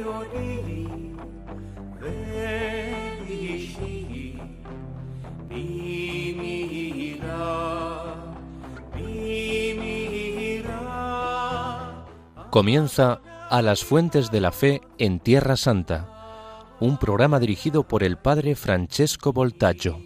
Comienza A las Fuentes de la Fe en Tierra Santa, un programa dirigido por el padre Francesco Voltaggio.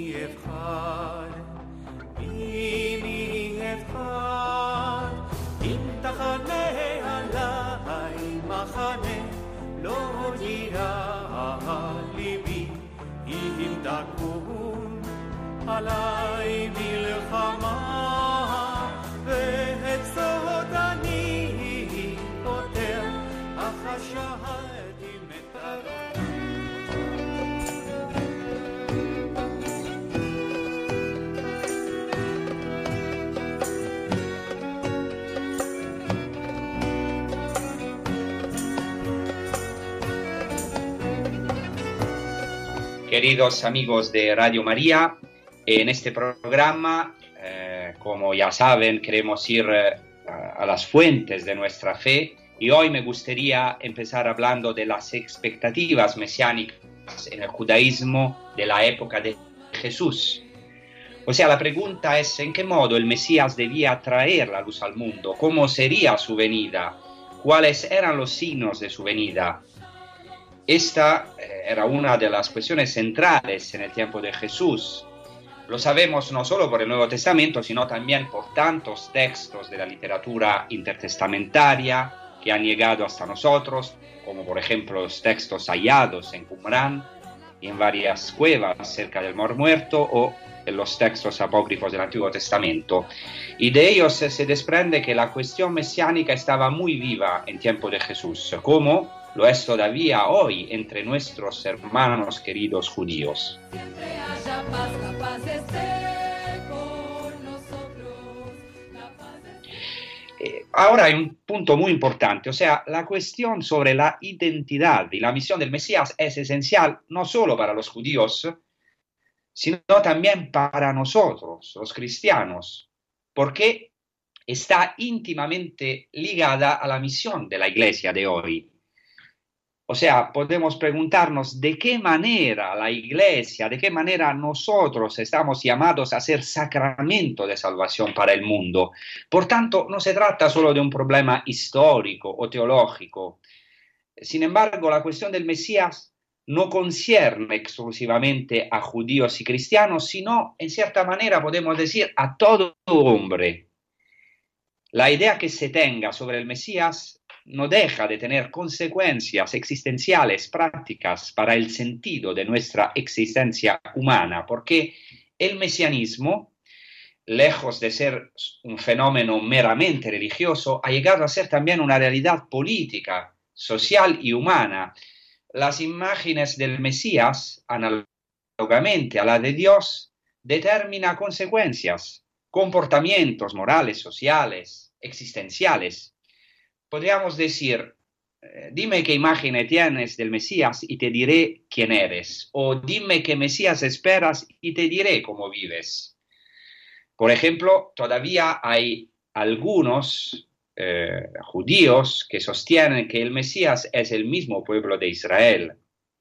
Queridos amigos de Radio María, en este programa, como ya saben, queremos ir a las fuentes de nuestra fe y hoy me gustaría empezar hablando de las expectativas mesiánicas en el judaísmo de la época de Jesús. O sea, la pregunta es ¿en qué modo el Mesías debía traer la luz al mundo? ¿Cómo sería su venida? ¿Cuáles eran los signos de su venida? Esta era una de las cuestiones centrales en el tiempo de Jesús. Lo sabemos no solo por el Nuevo Testamento, sino también por tantos textos de la literatura intertestamentaria que han llegado hasta nosotros, como por ejemplo los textos hallados en Qumran y en varias cuevas cerca del Mar Muerto, o en los textos apócrifos del Antiguo Testamento. Y de ellos se desprende que la cuestión mesiánica estaba muy viva en tiempo de Jesús, como lo es todavía hoy entre nuestros hermanos queridos judíos. Ahora hay un punto muy importante, o sea, la cuestión sobre la identidad y la misión del Mesías es esencial no solo para los judíos, sino también para nosotros, los cristianos, porque está íntimamente ligada a la misión de la Iglesia de hoy. O sea, podemos preguntarnos de qué manera la Iglesia, de qué manera nosotros estamos llamados a ser sacramento de salvación para el mundo. Por tanto, no se trata solo de un problema histórico o teológico. Sin embargo, la cuestión del Mesías no concierne exclusivamente a judíos y cristianos, sino, en cierta manera, podemos decir, a todo hombre. La idea que se tenga sobre el Mesías no deja de tener consecuencias existenciales prácticas para el sentido de nuestra existencia humana, porque el mesianismo, lejos de ser un fenómeno meramente religioso, ha llegado a ser también una realidad política, social y humana. Las imágenes del Mesías, análogamente a la de Dios, determinan consecuencias, comportamientos morales, sociales, existenciales. Podríamos decir, dime qué imagen tienes del Mesías y te diré quién eres. O dime qué Mesías esperas y te diré cómo vives. Por ejemplo, todavía hay algunos judíos que sostienen que el Mesías es el mismo pueblo de Israel.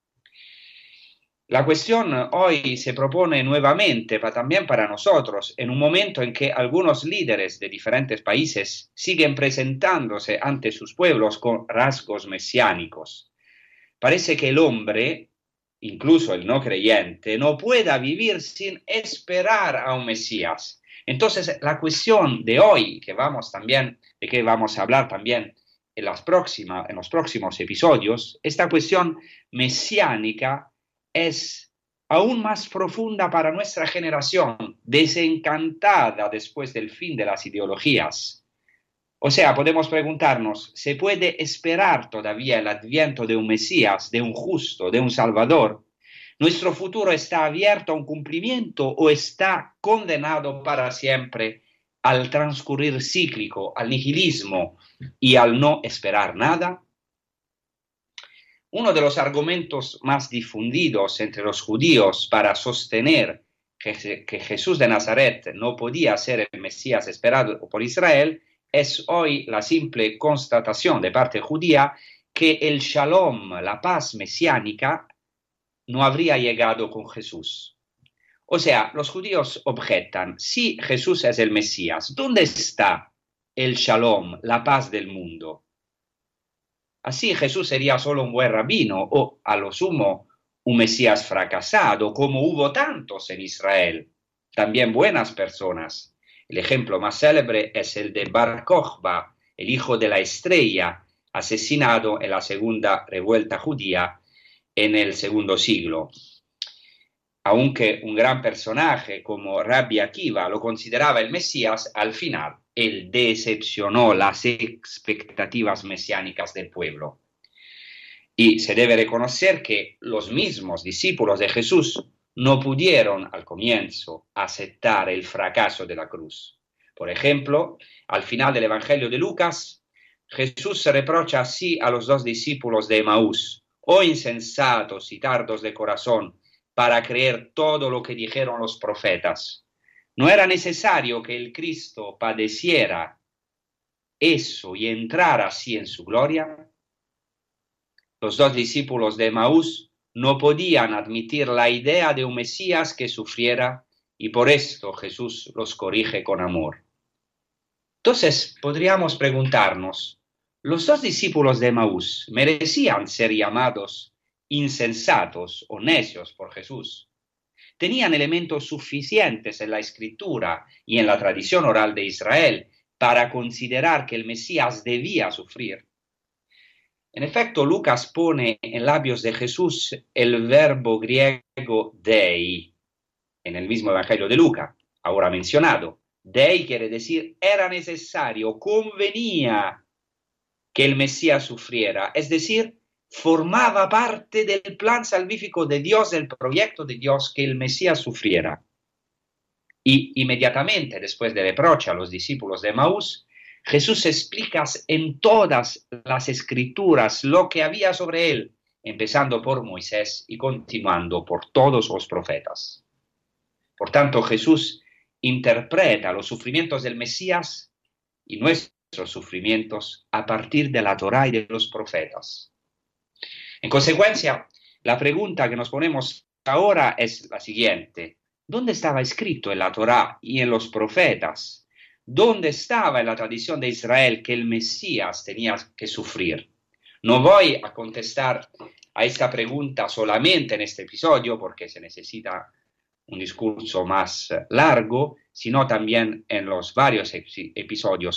La cuestión hoy se propone nuevamente, también para nosotros, en un momento en que algunos líderes de diferentes países siguen presentándose ante sus pueblos con rasgos mesiánicos. Parece que el hombre, incluso el no creyente, no pueda vivir sin esperar a un Mesías. Entonces, la cuestión de hoy, de que vamos a hablar también en los próximos episodios, esta cuestión mesiánica es aún más profunda para nuestra generación, desencantada después del fin de las ideologías. O sea, podemos preguntarnos, ¿se puede esperar todavía el adviento de un Mesías, de un justo, de un Salvador? ¿Nuestro futuro está abierto a un cumplimiento o está condenado para siempre al transcurrir cíclico, al nihilismo y al no esperar nada? Uno de los argumentos más difundidos entre los judíos para sostener que Jesús de Nazaret no podía ser el Mesías esperado por Israel es hoy la simple constatación de parte judía que el shalom, la paz mesiánica, no habría llegado con Jesús. O sea, los judíos objetan, si Jesús es el Mesías, ¿dónde está el shalom, la paz del mundo? Así Jesús sería solo un buen rabino o, a lo sumo, un Mesías fracasado, como hubo tantos en Israel, también buenas personas. El ejemplo más célebre es el de Bar Kokhba, el hijo de la estrella, asesinado en la segunda revuelta judía en el segundo siglo. Aunque un gran personaje como Rabbi Akiva lo consideraba el Mesías, al final él decepcionó las expectativas mesiánicas del pueblo. Y se debe reconocer que los mismos discípulos de Jesús no pudieron al comienzo aceptar el fracaso de la cruz. Por ejemplo, al final del Evangelio de Lucas, Jesús se reprocha así a los dos discípulos de Emaús: «Oh insensatos y tardos de corazón, para creer todo lo que dijeron los profetas. ¿No era necesario que el Cristo padeciera eso y entrara así en su gloria?» Los dos discípulos de Emaús no podían admitir la idea de un Mesías que sufriera, y por esto Jesús los corrige con amor. Entonces podríamos preguntarnos, ¿los dos discípulos de Emaús merecían ser llamados insensatos o necios por Jesús? ¿Tenían elementos suficientes en la Escritura y en la tradición oral de Israel para considerar que el Mesías debía sufrir? En efecto, Lucas pone en labios de Jesús el verbo griego dei, en el mismo Evangelio de Lucas, ahora mencionado. Dei quiere decir, era necesario, convenía que el Mesías sufriera, es decir, formaba parte del plan salvífico de Dios, del proyecto de Dios, que el Mesías sufriera. Y inmediatamente después de reproche a los discípulos de Emaús, Jesús explica en todas las escrituras lo que había sobre él, empezando por Moisés y continuando por todos los profetas. Por tanto, Jesús interpreta los sufrimientos del Mesías y nuestros sufrimientos a partir de la Torá y de los profetas. En consecuencia, la pregunta que nos ponemos ahora es la siguiente: ¿dónde estaba escrito en la Torá y en los profetas? ¿Dónde estaba en la tradición de Israel que el Mesías tenía que sufrir? No voy a contestar a esta pregunta solamente en este episodio, porque se necesita un discurso más largo, sino también en los varios episodios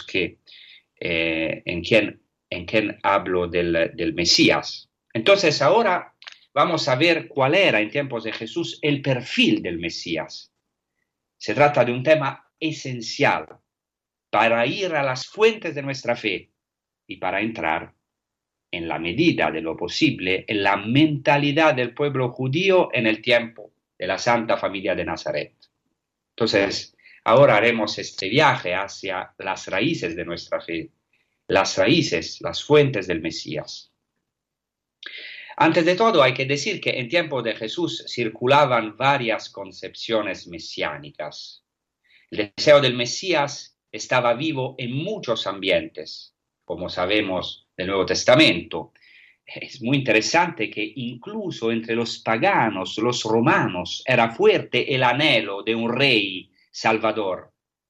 en quien hablo del Mesías. Entonces ahora vamos a ver cuál era en tiempos de Jesús el perfil del Mesías. Se trata de un tema esencial para ir a las fuentes de nuestra fe y para entrar, en la medida de lo posible, en la mentalidad del pueblo judío en el tiempo de la Santa Familia de Nazaret. Entonces, ahora haremos este viaje hacia las raíces de nuestra fe, las raíces, las fuentes del Mesías. Antes de todo, hay que decir que en tiempo de Jesús circulaban varias concepciones mesiánicas. El deseo del Mesías estaba vivo en muchos ambientes, como sabemos del Nuevo Testamento. Es muy interesante que incluso entre los paganos, los romanos, era fuerte el anhelo de un rey salvador.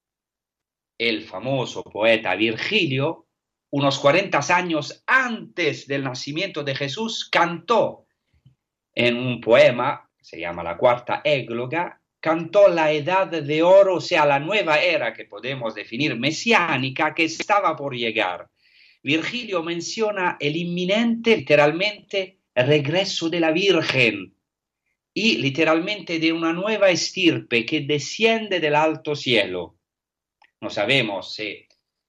El famoso poeta Virgilio, unos 40 años antes del nacimiento de Jesús, cantó en un poema, se llama La Cuarta Égloga, cantó la edad de oro, o sea, la nueva era que podemos definir mesiánica, que estaba por llegar. Virgilio menciona el inminente, literalmente, regreso de la Virgen y literalmente de una nueva estirpe que desciende del alto cielo. No sabemos si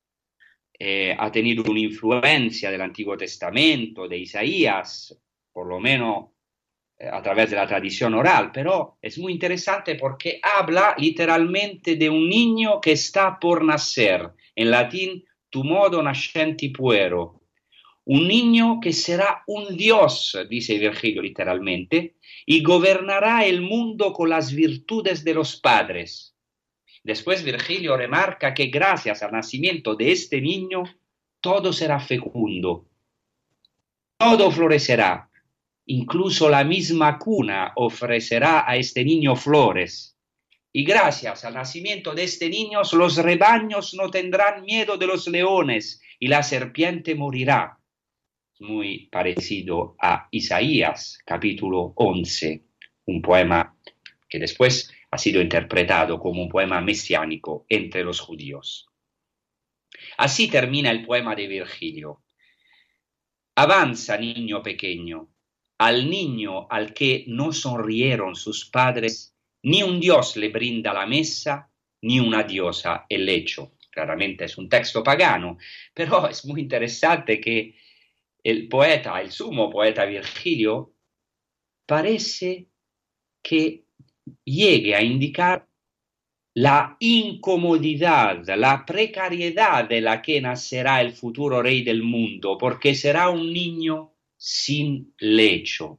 ha tenido una influencia del Antiguo Testamento, de Isaías, por lo menos a través de la tradición oral, pero es muy interesante porque habla literalmente de un niño que está por nacer, en latín tu modo nascenti puero, un niño que será un dios, dice Virgilio literalmente, y gobernará el mundo con las virtudes de los padres. Después Virgilio remarca que gracias al nacimiento de este niño todo será fecundo. todo florecerá, incluso la misma cuna ofrecerá a este niño flores. Y gracias al nacimiento de este niño, los rebaños no tendrán miedo de los leones y la serpiente morirá. Muy parecido a Isaías, capítulo 11, un poema que después ha sido interpretado como un poema mesiánico entre los judíos. Así termina el poema de Virgilio. Avanza, niño pequeño, al niño al que no sonrieron sus padres, ni un dios le brinda la mesa, ni una diosa el lecho. Claramente es un texto pagano, pero es muy interesante que el poeta, el sumo poeta Virgilio, parece que llegue a indicar la incomodidad, la precariedad de la que nacerá el futuro rey del mundo, porque será un niño sin lecho.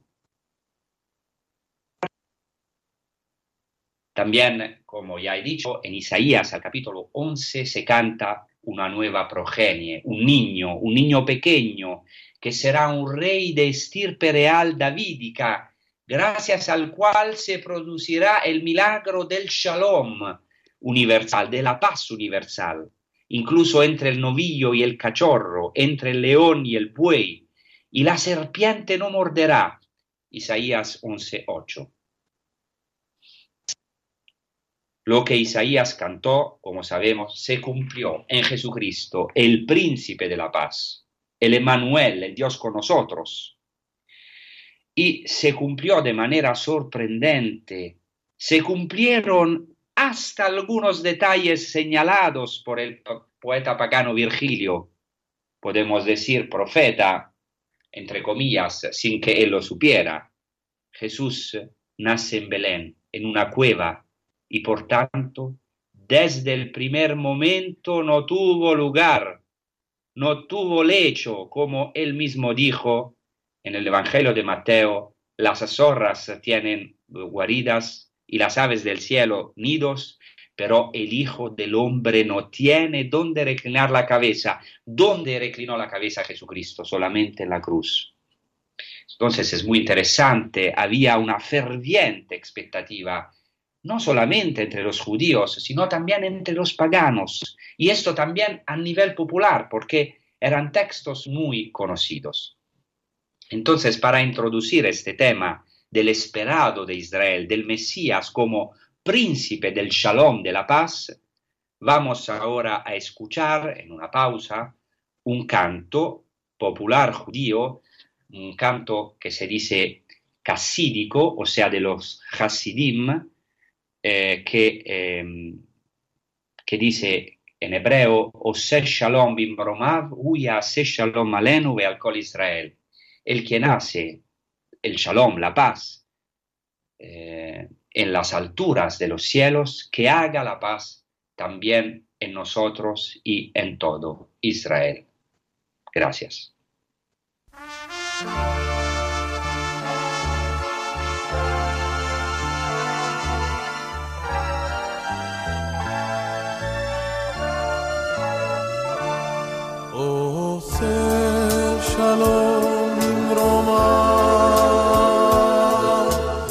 También, como ya he dicho, en Isaías, al capítulo 11, se canta una nueva progenie, un niño pequeño, que será un rey de estirpe real davídica, gracias al cual se producirá el milagro del shalom universal, de la paz universal, incluso entre el novillo y el cachorro, entre el león y el buey, y la serpiente no morderá. Isaías 11:8. Lo que Isaías cantó, como sabemos, se cumplió en Jesucristo, el príncipe de la paz, el Emmanuel, el Dios con nosotros. Y se cumplió de manera sorprendente. Se cumplieron hasta algunos detalles señalados por el poeta pagano Virgilio, podemos decir profeta, entre comillas, sin que él lo supiera. Jesús nace en Belén, en una cueva, y por tanto, desde el primer momento no tuvo lugar, no tuvo lecho, como él mismo dijo en el Evangelio de Mateo: las zorras tienen guaridas y las aves del cielo nidos, pero el Hijo del Hombre no tiene dónde reclinar la cabeza. ¿Dónde reclinó la cabeza Jesucristo? Solamente en la cruz. Entonces es muy interesante, había una ferviente expectativa, no solamente entre los judíos, sino también entre los paganos, y esto también a nivel popular, porque eran textos muy conocidos. Entonces, para introducir este tema del esperado de Israel, del Mesías como príncipe del Shalom, de la paz, vamos ahora a escuchar en una pausa un canto popular judío, un canto que se dice casídico, o sea, de los Hasidim, que dice en hebreo: Ose Shalom bimromav, huya se Shalom alenu ve al kol Israel. El que nace, el Shalom, la paz, en las alturas de los cielos, que haga la paz también en nosotros y en todo Israel. Gracias. Shalom Roma,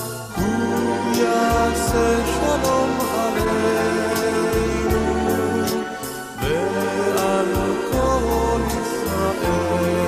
Yase Shalom Aleinu, Ve'al Kol Israel.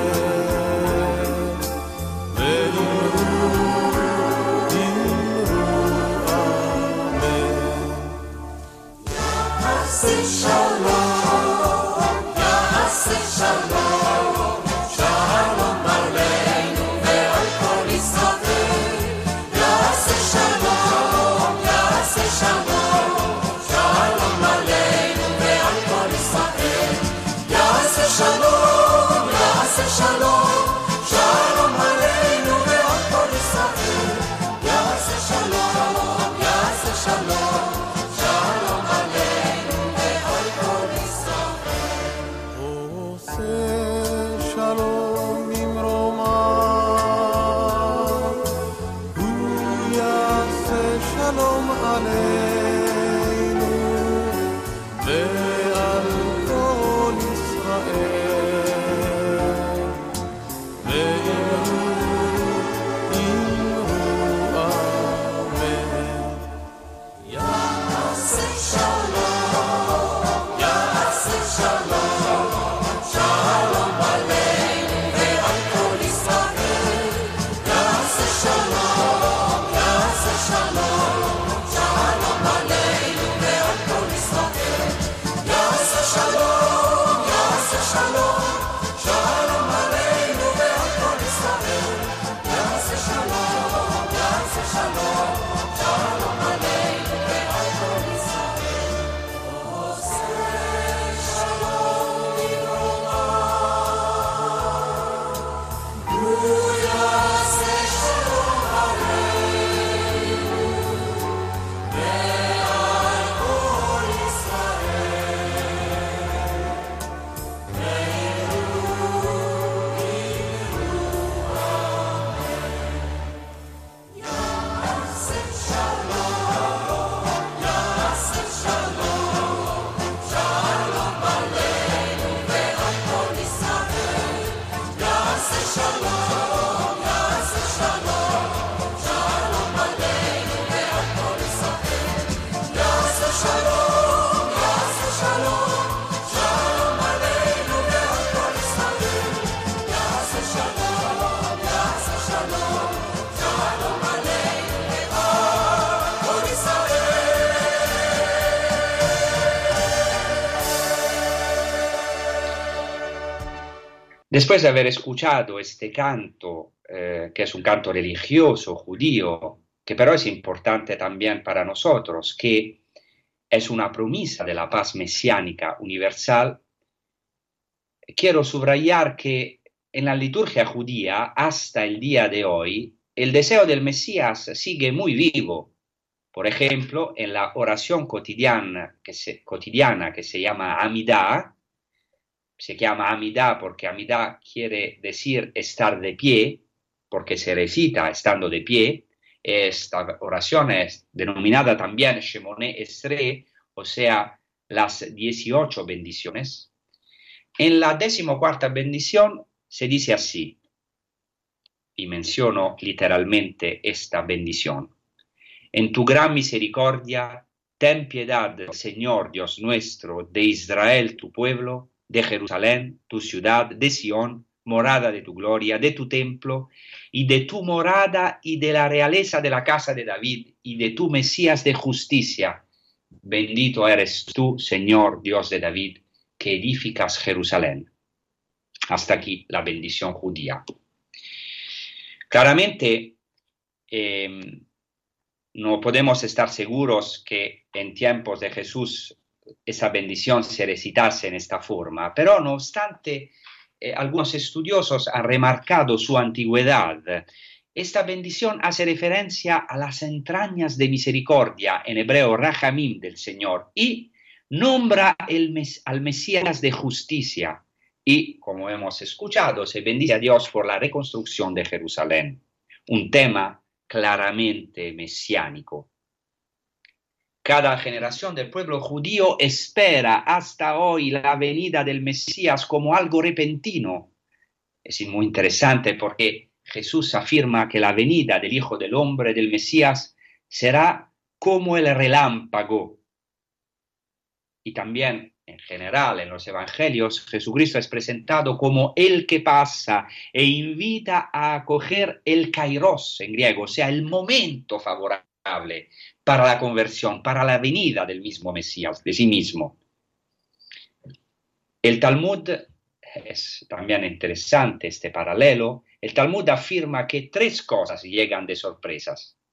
Después de haber escuchado este canto, que es un canto religioso judío, que pero es importante también para nosotros, que es una promesa de la paz mesiánica universal, quiero subrayar que en la liturgia judía, hasta el día de hoy, el deseo del Mesías sigue muy vivo. Por ejemplo, en la oración cotidiana que se llama Amidah, se llama Amidah porque Amidah quiere decir estar de pie, porque se recita estando de pie. Esta oración es denominada también Shemoneh Esrei, o sea, las 18 bendiciones. En la 14ª bendición se dice así, y menciono literalmente esta bendición: en tu gran misericordia, ten piedad, Señor Dios nuestro, de Israel tu pueblo, de Jerusalén tu ciudad, de Sión, morada de tu gloria, de tu templo, y de tu morada y de la realeza de la casa de David, y de tu Mesías de justicia. Bendito eres tú, Señor Dios de David, que edificas Jerusalén. Hasta aquí la bendición judía. Claramente, no podemos estar seguros que en tiempos de Jesús esa bendición se recitase en esta forma, pero no obstante, algunos estudiosos han remarcado su antigüedad. Esta bendición hace referencia a las entrañas de misericordia, en hebreo Rahamim del Señor, y nombra al Mesías de justicia. Y, como hemos escuchado, se bendice a Dios por la reconstrucción de Jerusalén, un tema claramente mesiánico. Cada generación del pueblo judío espera hasta hoy la venida del Mesías como algo repentino. Es muy interesante porque Jesús afirma que la venida del Hijo del Hombre, del Mesías, será como el relámpago. Y también, en general, en los evangelios, Jesucristo es presentado como el que pasa e invita a acoger el kairos en griego, o sea, el momento favorable para la conversión, para la venida del mismo Mesías, de sí mismo. El Talmud, es también interesante este paralelo, el Talmud afirma que 3 cosas llegan de sorpresa.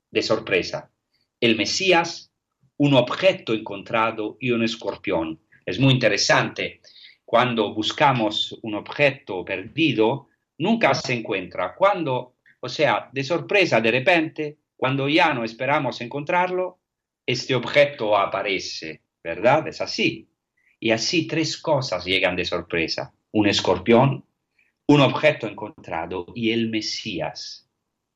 El Mesías, un objeto encontrado y un escorpión. Es muy interesante, cuando buscamos un objeto perdido, nunca se encuentra. De sorpresa, de repente, cuando ya no esperamos encontrarlo, este objeto aparece, ¿verdad? Es así. Y así 3 cosas llegan de sorpresa: un escorpión, un objeto encontrado y el Mesías.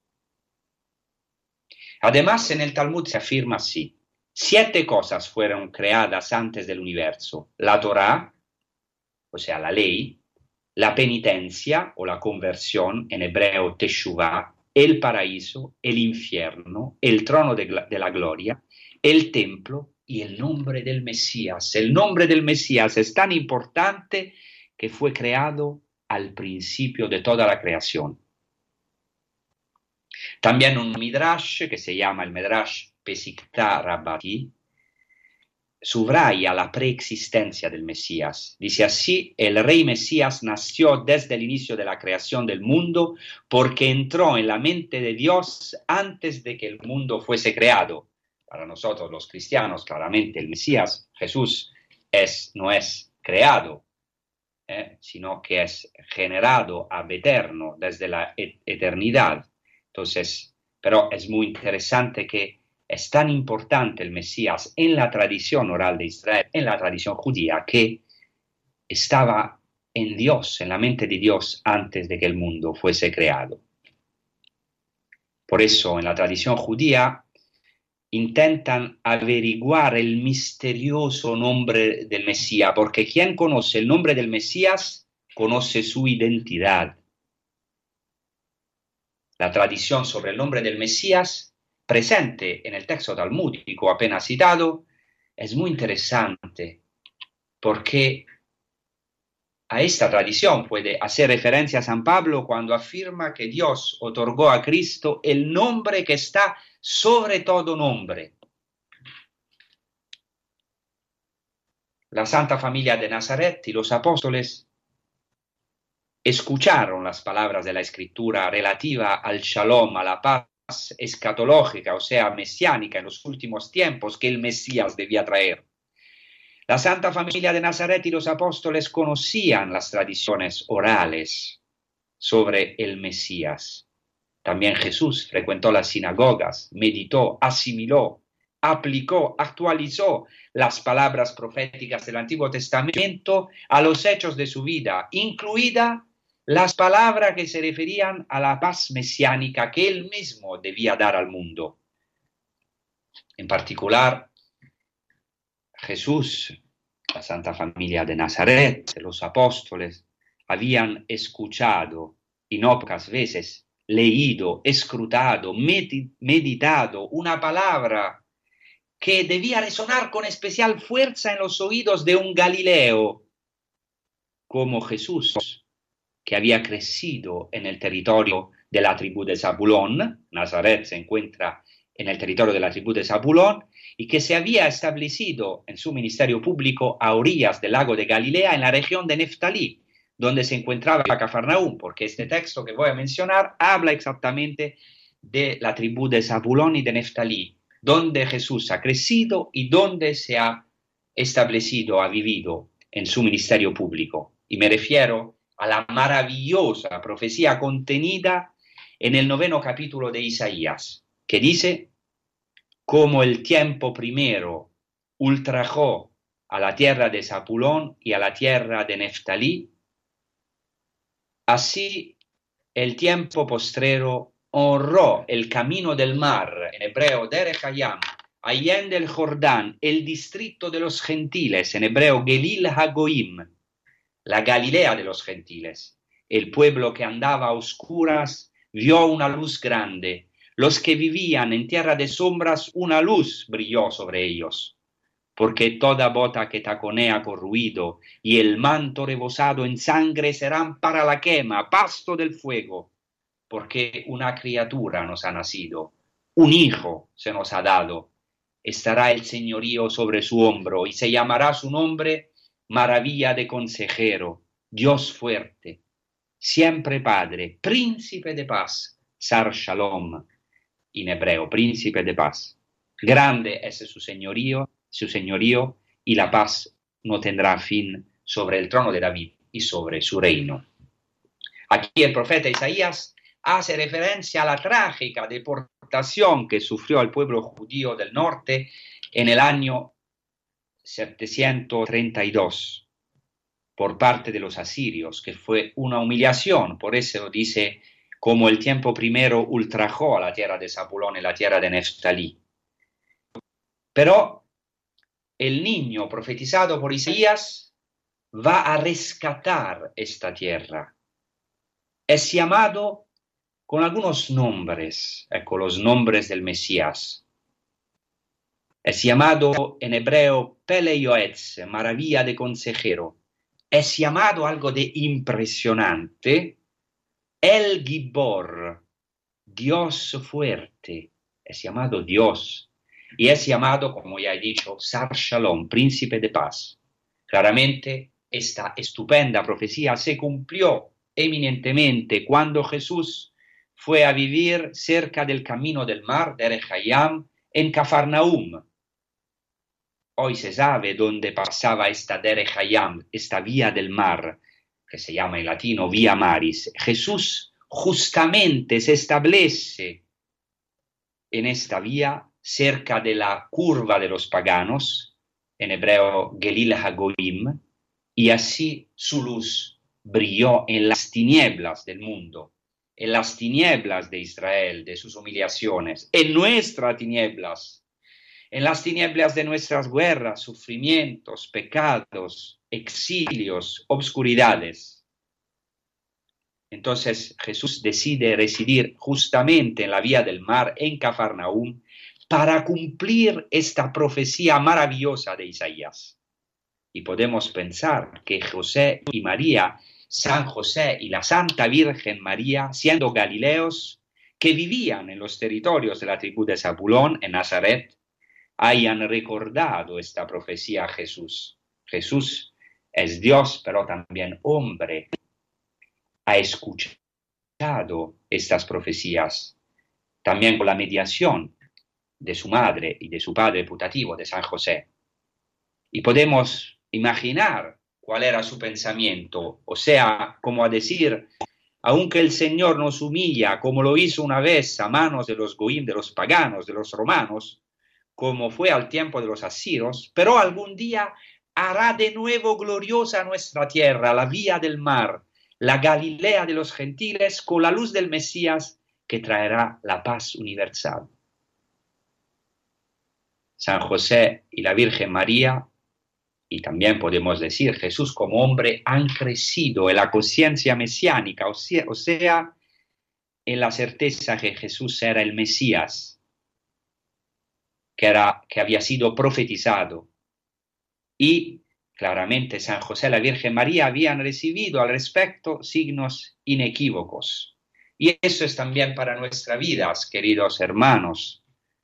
Además, en el Talmud se afirma así: 7 cosas fueron creadas antes del universo: la Torá, o sea, la ley, la penitencia o la conversión, en hebreo teshuvá, el paraíso, el infierno, el trono de la gloria, el templo y el nombre del Mesías. El nombre del Mesías es tan importante que fue creado al principio de toda la creación. También un midrash que se llama el Midrash Pesikta Rabbati subraya la preexistencia del Mesías. Dice así: el rey Mesías nació desde el inicio de la creación del mundo porque entró en la mente de Dios antes de que el mundo fuese creado. Para nosotros los cristianos, claramente el Mesías, Jesús, no es creado, sino que es generado ab eterno desde la eternidad. Entonces, pero es muy interesante que es tan importante el Mesías en la tradición oral de Israel, en la tradición judía, que estaba en Dios, en la mente de Dios, antes de que el mundo fuese creado. Por eso, en la tradición judía, intentan averiguar el misterioso nombre del Mesías, porque quien conoce el nombre del Mesías, conoce su identidad. La tradición sobre el nombre del Mesías, presente en el texto talmúdico apenas citado, es muy interesante porque a esta tradición puede hacer referencia San Pablo cuando afirma que Dios otorgó a Cristo el nombre que está sobre todo nombre. La Santa Familia de Nazaret y los apóstoles escucharon las palabras de la Escritura relativa al shalom, a la paz escatológica, o sea, mesiánica en los últimos tiempos que el Mesías debía traer. La Santa Familia de Nazaret y los apóstoles conocían las tradiciones orales sobre el Mesías. También Jesús frecuentó las sinagogas, meditó, asimiló, aplicó, actualizó las palabras proféticas del Antiguo Testamento a los hechos de su vida, incluida las palabras que se referían a la paz mesiánica que él mismo debía dar al mundo. En particular, Jesús, la Santa Familia de Nazaret, los apóstoles, habían escuchado y no pocas veces leído, escrutado, meditado una palabra que debía resonar con especial fuerza en los oídos de un Galileo, como Jesús, que había crecido en el territorio de la tribu de Zabulón. Nazaret se encuentra en el territorio de la tribu de Zabulón, y que se había establecido en su ministerio público a orillas del lago de Galilea, en la región de Neftalí, donde se encontraba Cafarnaúm, porque este texto que voy a mencionar habla exactamente de la tribu de Zabulón y de Neftalí, donde Jesús ha crecido y donde se ha establecido, ha vivido en su ministerio público. Y me refiero a la maravillosa profecía contenida en el 9º capítulo de Isaías, que dice: como el tiempo primero ultrajó a la tierra de Zabulón y a la tierra de Neftalí, así el tiempo postrero honró el camino del mar, en hebreo Derech Hayam, allende el Jordán, el distrito de los gentiles, en hebreo Gelil Hagoim, la Galilea de los gentiles. El pueblo que andaba a oscuras vio una luz grande. Los que vivían en tierra de sombras, una luz brilló sobre ellos. Porque toda bota que taconea con ruido y el manto rebosado en sangre serán para la quema, pasto del fuego. Porque una criatura nos ha nacido, un hijo se nos ha dado. Estará el señorío sobre su hombro y se llamará su nombre Maravilla de Consejero, Dios fuerte, siempre Padre, Príncipe de paz, Sar Shalom, en hebreo, Príncipe de paz. Grande es su señorío, y la paz no tendrá fin sobre el trono de David y sobre su reino. Aquí el profeta Isaías hace referencia a la trágica deportación que sufrió el pueblo judío del norte en el año 732 por parte de los asirios, que fue una humillación. Por eso dice, como el tiempo primero ultrajó a la tierra de Zabulón y la tierra de Neftalí. Pero el niño profetizado por Isaías va a rescatar esta tierra. Es llamado con algunos nombres, los nombres del Mesías. Es llamado en hebreo Pele Yoetz, maravilla de consejero. Es llamado algo de impresionante, El Gibor, Dios fuerte. Es llamado Dios. Y es llamado, como ya he dicho, Sar Shalom, príncipe de paz. Claramente, esta estupenda profecía se cumplió eminentemente cuando Jesús fue a vivir cerca del camino del mar, Derech Hayam, en Cafarnaúm. Hoy se sabe dónde pasaba esta Derech Hayam, esta vía del mar, que se llama en latino Vía Maris. Jesús justamente se establece en esta vía cerca de la curva de los paganos, en hebreo Gelil Hagoim, y así su luz brilló en las tinieblas del mundo, en las tinieblas de Israel, de sus humillaciones, en nuestras tinieblas, en las tinieblas de nuestras guerras, sufrimientos, pecados, exilios, obscuridades. Entonces Jesús decide residir justamente en la vía del mar, en Cafarnaúm, para cumplir esta profecía maravillosa de Isaías. Y podemos pensar que José y María, San José y la Santa Virgen María, siendo galileos, que vivían en los territorios de la tribu de Zabulón, en Nazaret, hayan recordado esta profecía a Jesús. Jesús es Dios, pero también hombre. Ha escuchado estas profecías, también con la mediación de su madre y de su padre putativo, de San José. Y podemos imaginar cuál era su pensamiento, o sea, como a decir, aunque el Señor nos humilla, como lo hizo una vez a manos de los goim, de los paganos, de los romanos, como fue al tiempo de los asirios, pero algún día hará de nuevo gloriosa nuestra tierra, la vía del mar, la Galilea de los gentiles, con la luz del Mesías que traerá la paz universal. San José y la Virgen María, y también podemos decir Jesús como hombre, han crecido en la conciencia mesiánica, o sea, en la certeza que Jesús era el Mesías, que había sido profetizado. Y claramente San José y la Virgen María habían recibido al respecto signos inequívocos. Y eso es también para nuestras vidas, queridos hermanos.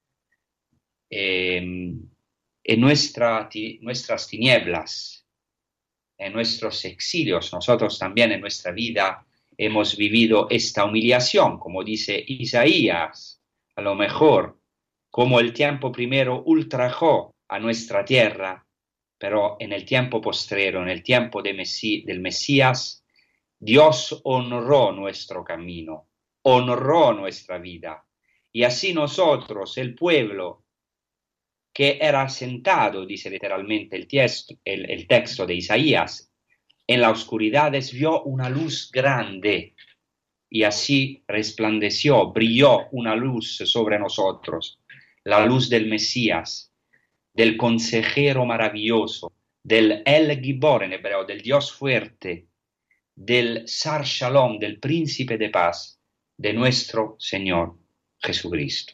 En nuestras tinieblas, en nuestros exilios, nosotros también en nuestra vida hemos vivido esta humillación, como dice Isaías, a lo mejor como el tiempo primero ultrajó a nuestra tierra, pero en el tiempo postrero, en el tiempo del Mesías, Dios honró nuestro camino, honró nuestra vida, y así nosotros, el pueblo, que era sentado, dice literalmente el texto de Isaías, en la oscuridad vio una luz grande, y así resplandeció, brilló una luz sobre nosotros, la luz del Mesías, del consejero maravilloso, del El Gibor en hebreo, del Dios fuerte, del Sar Shalom, del príncipe de paz, de nuestro Señor Jesucristo.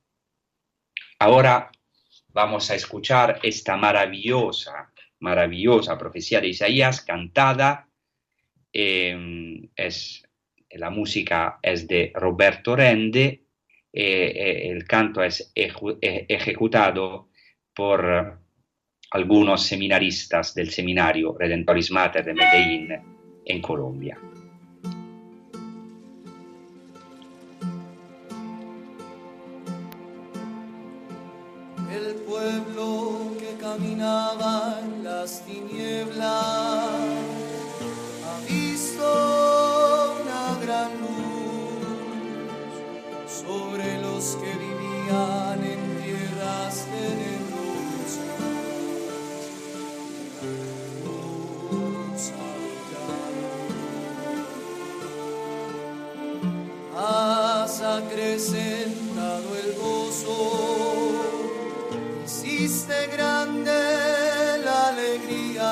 Ahora vamos a escuchar esta maravillosa profecía de Isaías cantada. La música es de Roberto Rende, el canto es ejecutado por algunos seminaristas del seminario Redentoris Mater de Medellín, en Colombia. El pueblo que caminaba en las tinieblas ha visto una gran luz sobre los que vivían en tierras tenebrosas. Luz ha has acrecentado el gozo. Hiciste grande la alegría,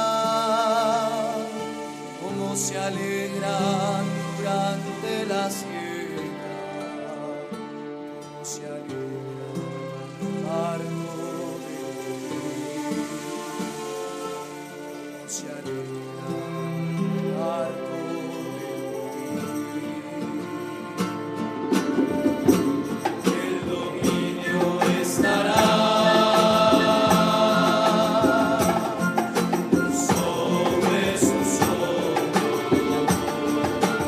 como se alegran durante la siega, como se alegran harto de ti, como se alegran harto de ti. El dominio estará sobre sus ojos.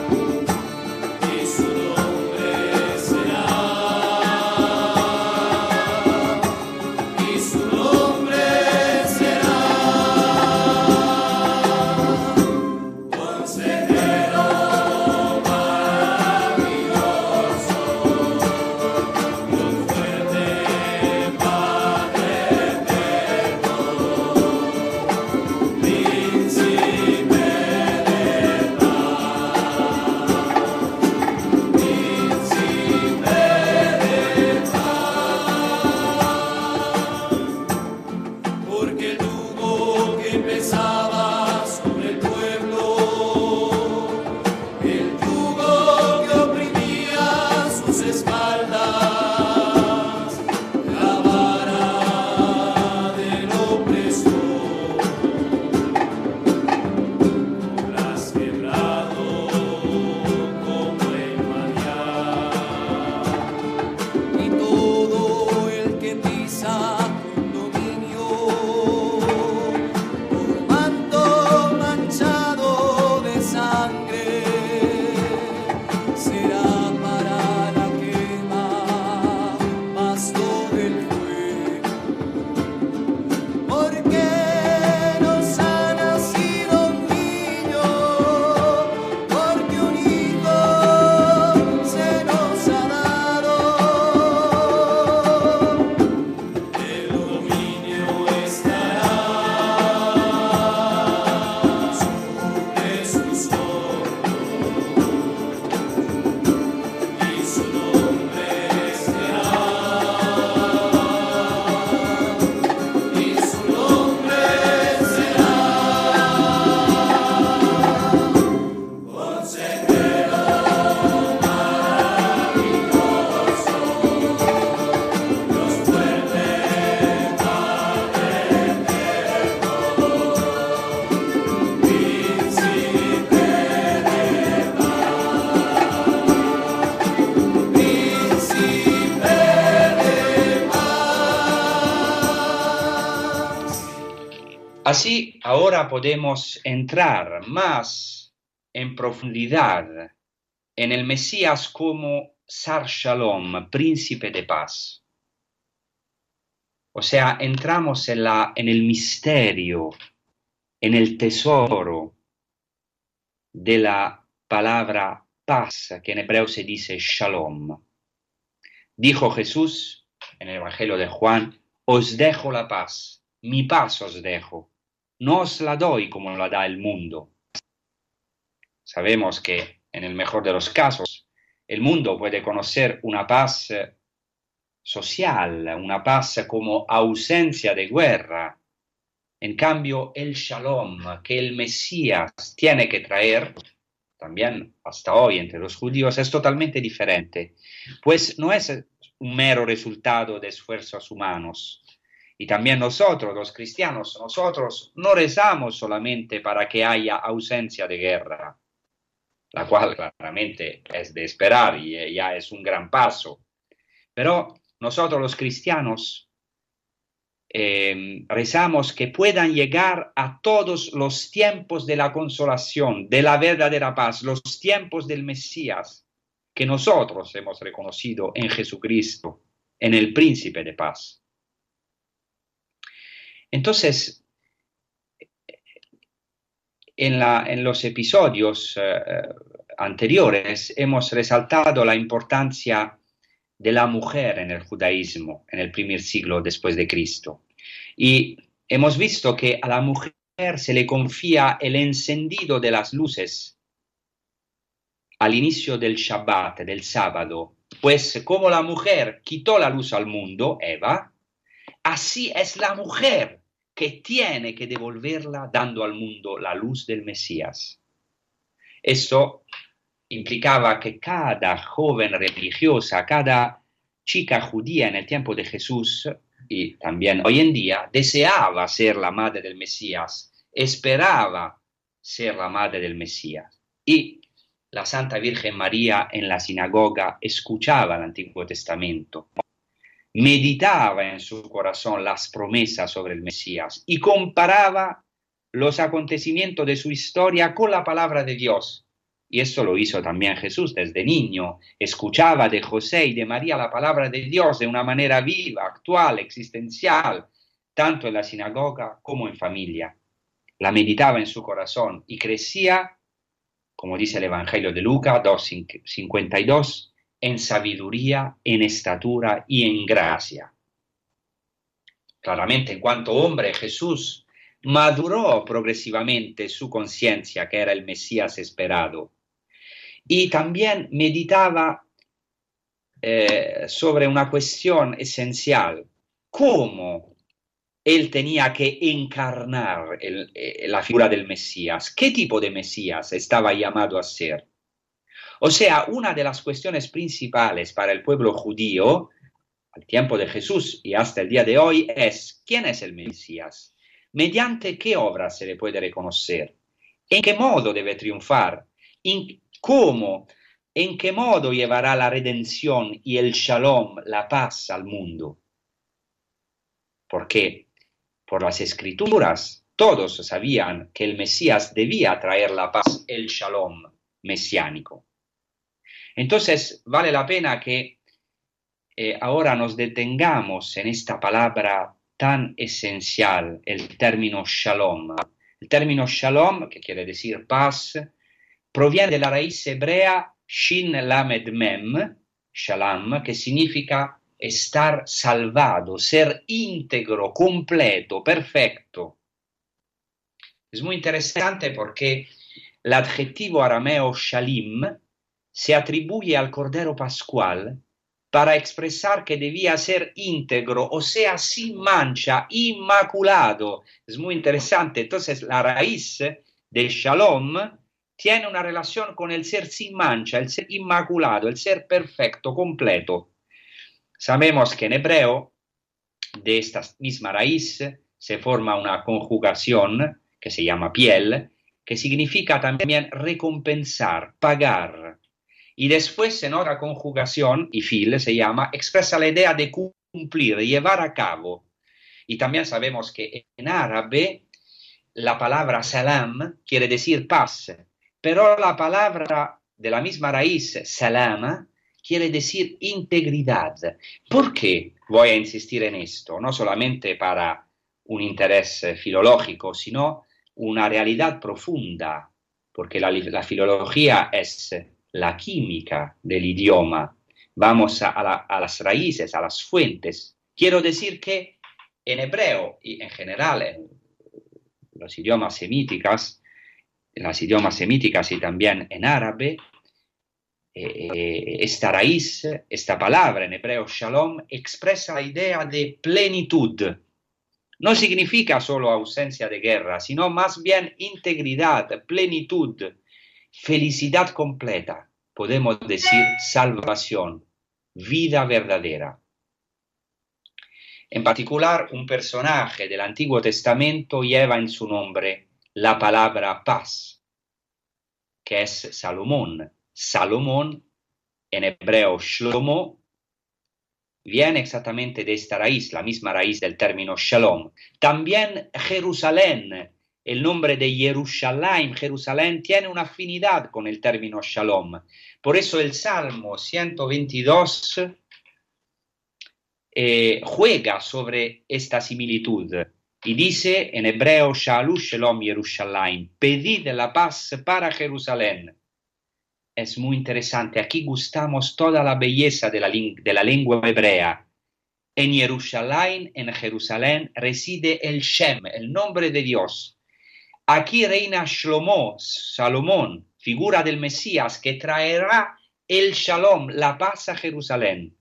Así, ahora podemos entrar más en profundidad en el Mesías como Sar Shalom, príncipe de paz. O sea, entramos en el misterio, en el tesoro de la palabra paz, que en hebreo se dice Shalom. Dijo Jesús en el Evangelio de Juan: os dejo la paz, mi paz os dejo, no os la doy como la da el mundo. Sabemos que en el mejor de los casos, el mundo puede conocer una paz social, una paz como ausencia de guerra. En cambio, el Shalom que el Mesías tiene que traer, también hasta hoy entre los judíos, es totalmente diferente, pues no es un mero resultado de esfuerzos humanos. Y también nosotros, los cristianos, nosotros no rezamos solamente para que haya ausencia de guerra, la cual claramente es de esperar y ya es un gran paso. Pero nosotros los cristianos rezamos que puedan llegar a todos los tiempos de la consolación, de la verdadera paz, los tiempos del Mesías, que nosotros hemos reconocido en Jesucristo, en el príncipe de paz. Entonces, en los episodios anteriores hemos resaltado la importancia de la mujer en el judaísmo en el primer siglo después de Cristo. Y hemos visto que a la mujer se le confía el encendido de las luces al inicio del Shabbat, del sábado, pues como la mujer quitó la luz al mundo, Eva, así es la mujer que tiene que devolverla dando al mundo la luz del Mesías. Esto implicaba que cada joven religiosa, cada chica judía en el tiempo de Jesús y también hoy en día, deseaba ser la madre del Mesías, esperaba ser la madre del Mesías. Y la Santa Virgen María en la sinagoga escuchaba el Antiguo Testamento, meditaba en su corazón las promesas sobre el Mesías y comparaba los acontecimientos de su historia con la palabra de Dios. Y esto lo hizo también Jesús desde niño. Escuchaba de José y de María la palabra de Dios de una manera viva, actual, existencial, tanto en la sinagoga como en familia. La meditaba en su corazón y crecía, como dice el Evangelio de Lucas 2:52, en sabiduría, en estatura y en gracia. Claramente, en cuanto hombre, Jesús maduró progresivamente su conciencia que era el Mesías esperado. Y también meditaba sobre una cuestión esencial: cómo él tenía que encarnar la figura del Mesías, qué tipo de Mesías estaba llamado a ser. O sea, una de las cuestiones principales para el pueblo judío al tiempo de Jesús y hasta el día de hoy es: ¿quién es el Mesías? ¿Mediante qué obra se le puede reconocer? ¿En qué modo debe triunfar? ¿Cómo? ¿En qué modo llevará la redención y el shalom, la paz al mundo? Porque por las Escrituras todos sabían que el Mesías debía traer la paz, el shalom mesiánico. Entonces vale la pena que ahora nos detengamos en esta palabra tan esencial, el término shalom. El término shalom, que quiere decir paz, proviene de la raíz hebrea shin lamed mem, shalom, que significa estar salvado, ser íntegro, completo, perfecto. Es muy interesante porque el adjetivo arameo shalim se atribuye al Cordero Pascual para expresar que debía ser íntegro, o sea, sin mancha, inmaculado. Es muy interesante. Entonces, la raíz de Shalom tiene una relación con el ser sin mancha, el ser inmaculado, el ser perfecto, completo. Sabemos que en hebreo, de esta misma raíz, se forma una conjugación que se llama piel, que significa también recompensar, pagar. Y después en otra conjugación, y fil se llama, expresa la idea de cumplir, de llevar a cabo. Y también sabemos que en árabe la palabra salam quiere decir paz, pero la palabra de la misma raíz, salam, quiere decir integridad. ¿Por qué voy a insistir en esto? No solamente para un interés filológico, sino una realidad profunda, porque la filología es la química del idioma. Vamos a las raíces, a las fuentes. Quiero decir que en hebreo y en general en las idiomas semíticas y también en árabe, esta raíz, esta palabra en hebreo shalom, expresa la idea de plenitud. No significa solo ausencia de guerra, sino más bien integridad, plenitud, felicidad completa. Podemos decir salvación, vida verdadera. En particular, un personaje del Antiguo Testamento lleva en su nombre la palabra paz, que es Salomón. Salomón, en hebreo Shlomo, viene exactamente de esta raíz, la misma raíz del término shalom. También Jerusalén, el nombre de Yerushalayim, Jerusalén, tiene una afinidad con el término shalom. Por eso el Salmo 122 juega sobre esta similitud y dice en hebreo Shalu Shalom Yerushalayim, pedid la paz para Jerusalén. Es muy interesante, aquí gustamos toda la belleza de la lengua hebrea. En Yerushalayim, en Jerusalén, reside el Shem, el nombre de Dios. Aquí reina Shlomo, Salomón, figura del Mesías que traerá el Shalom, la paz a Jerusalén.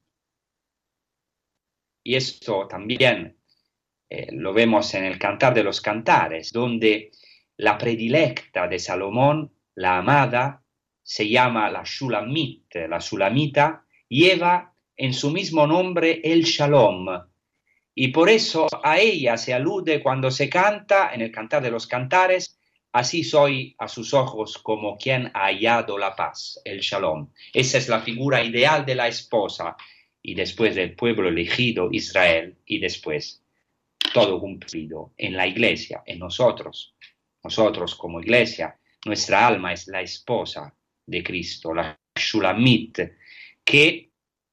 Y esto también lo vemos en el Cantar de los Cantares, donde la predilecta de Salomón, la amada, se llama la Shulamit, la Sulamita, lleva en su mismo nombre el Shalom. Y por eso a ella se alude cuando se canta en el Cantar de los Cantares, así soy a sus ojos como quien ha hallado la paz, el Shalom. Esa es la figura ideal de la esposa, y después del pueblo elegido, Israel, y después todo cumplido en la iglesia, en nosotros. Nosotros como iglesia, nuestra alma es la esposa de Cristo, la Shulamit, que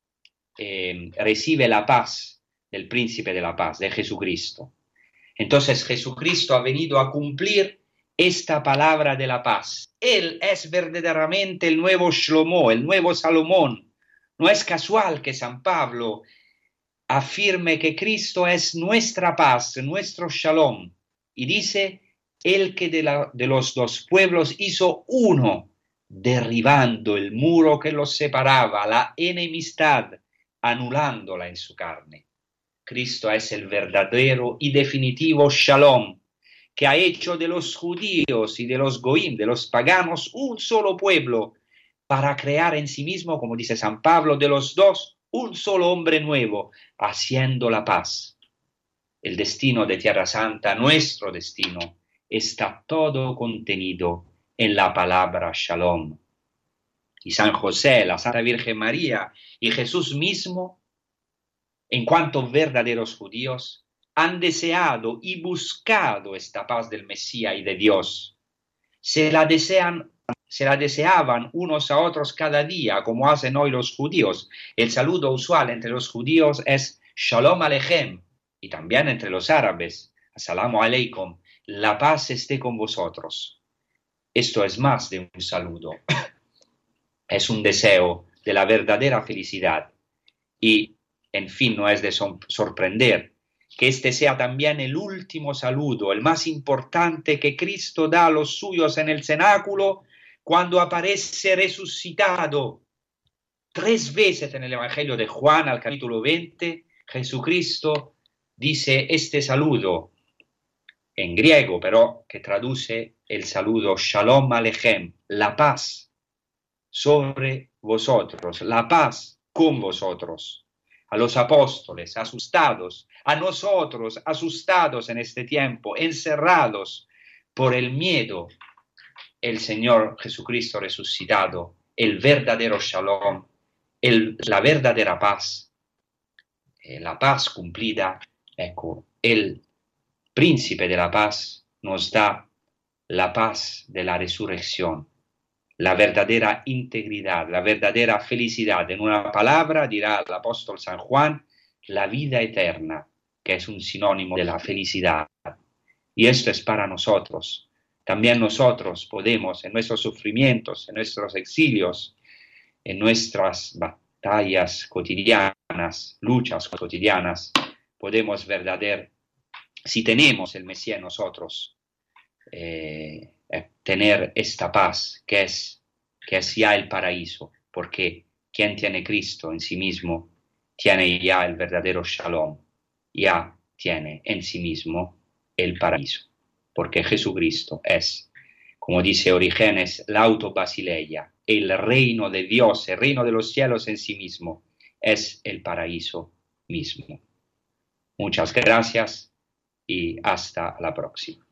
recibe la paz del príncipe de la paz, de Jesucristo. Entonces Jesucristo ha venido a cumplir esta palabra de la paz. Él es verdaderamente el nuevo Shlomo, el nuevo Salomón. No es casual que San Pablo afirme que Cristo es nuestra paz, nuestro Shalom, y dice, el que de los dos pueblos hizo uno, derribando el muro que los separaba, la enemistad, anulándola en su carne. Cristo es el verdadero y definitivo Shalom, que ha hecho de los judíos y de los goim, de los paganos, un solo pueblo, para crear en sí mismo, como dice San Pablo, de los dos, un solo hombre nuevo, haciendo la paz. El destino de Tierra Santa, nuestro destino, está todo contenido en la palabra Shalom. Y San José, la Santa Virgen María y Jesús mismo, en cuanto verdaderos judíos, han deseado y buscado esta paz del Mesías y de Dios. Se la deseaban unos a otros cada día, como hacen hoy los judíos. El saludo usual entre los judíos es Shalom Aleichem, y también entre los árabes, Assalamu Alaikum, la paz esté con vosotros. Esto es más de un saludo, es un deseo de la verdadera felicidad. Y, en fin, no es de sorprender que este sea también el último saludo, el más importante que Cristo da a los suyos en el cenáculo, cuando aparece resucitado. 3 veces en el Evangelio de Juan, al capítulo 20, Jesucristo dice este saludo, en griego, pero que traduce el saludo Shalom Aleichem, la paz sobre vosotros, la paz con vosotros. A los apóstoles asustados, a nosotros asustados en este tiempo, encerrados por el miedo, el Señor Jesucristo resucitado, el verdadero Shalom, la verdadera paz, la paz cumplida. Ecco, el príncipe de la paz nos da la paz de la resurrección, la verdadera integridad, la verdadera felicidad. En una palabra, dirá el apóstol San Juan, la vida eterna, que es un sinónimo de la felicidad. Y esto es para nosotros. También nosotros podemos, en nuestros sufrimientos, en nuestros exilios, en nuestras batallas cotidianas, luchas cotidianas, podemos si tenemos el Mesías en nosotros, tener esta paz que es ya el paraíso, porque quien tiene Cristo en sí mismo tiene ya el verdadero shalom, ya tiene en sí mismo el paraíso, porque Jesucristo es, como dice Orígenes, la autobasileia, el reino de Dios, el reino de los cielos en sí mismo, es el paraíso mismo. Muchas gracias y hasta la próxima.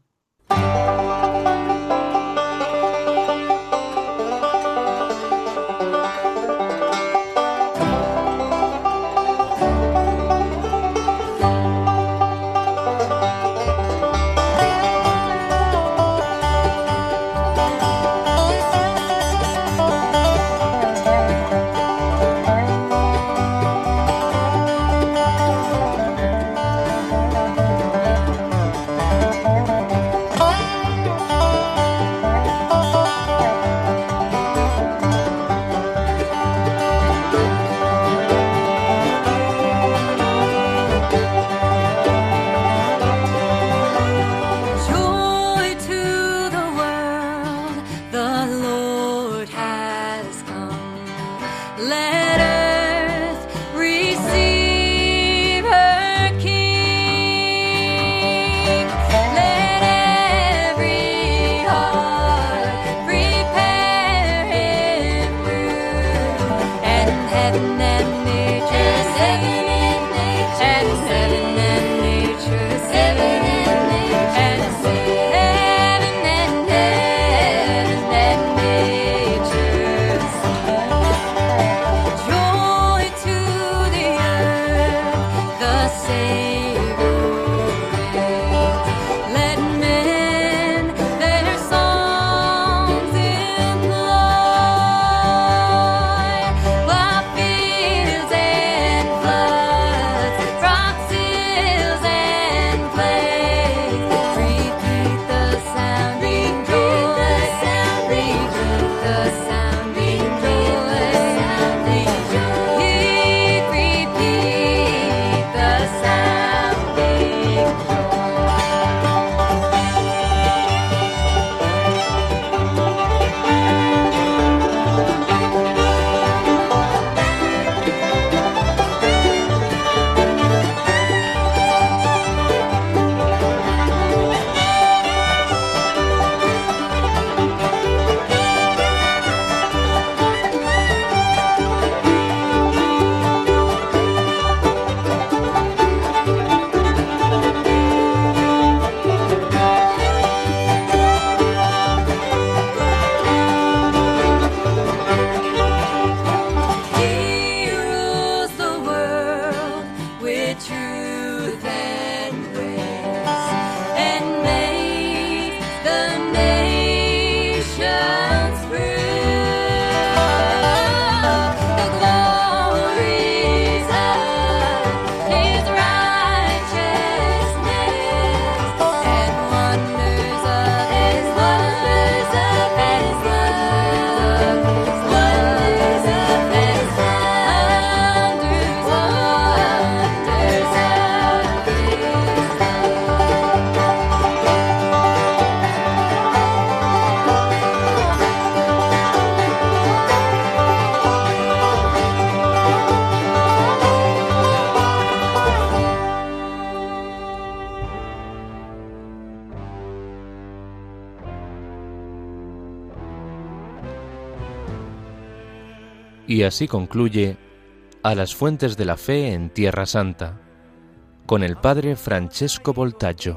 Y así concluye A las fuentes de la fe en Tierra Santa, con el padre Francesco Voltaggio.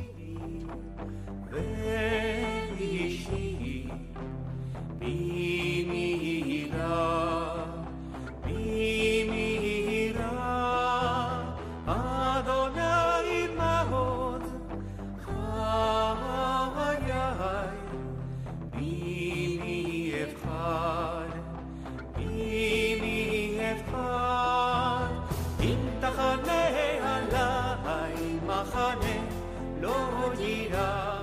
lo oirá.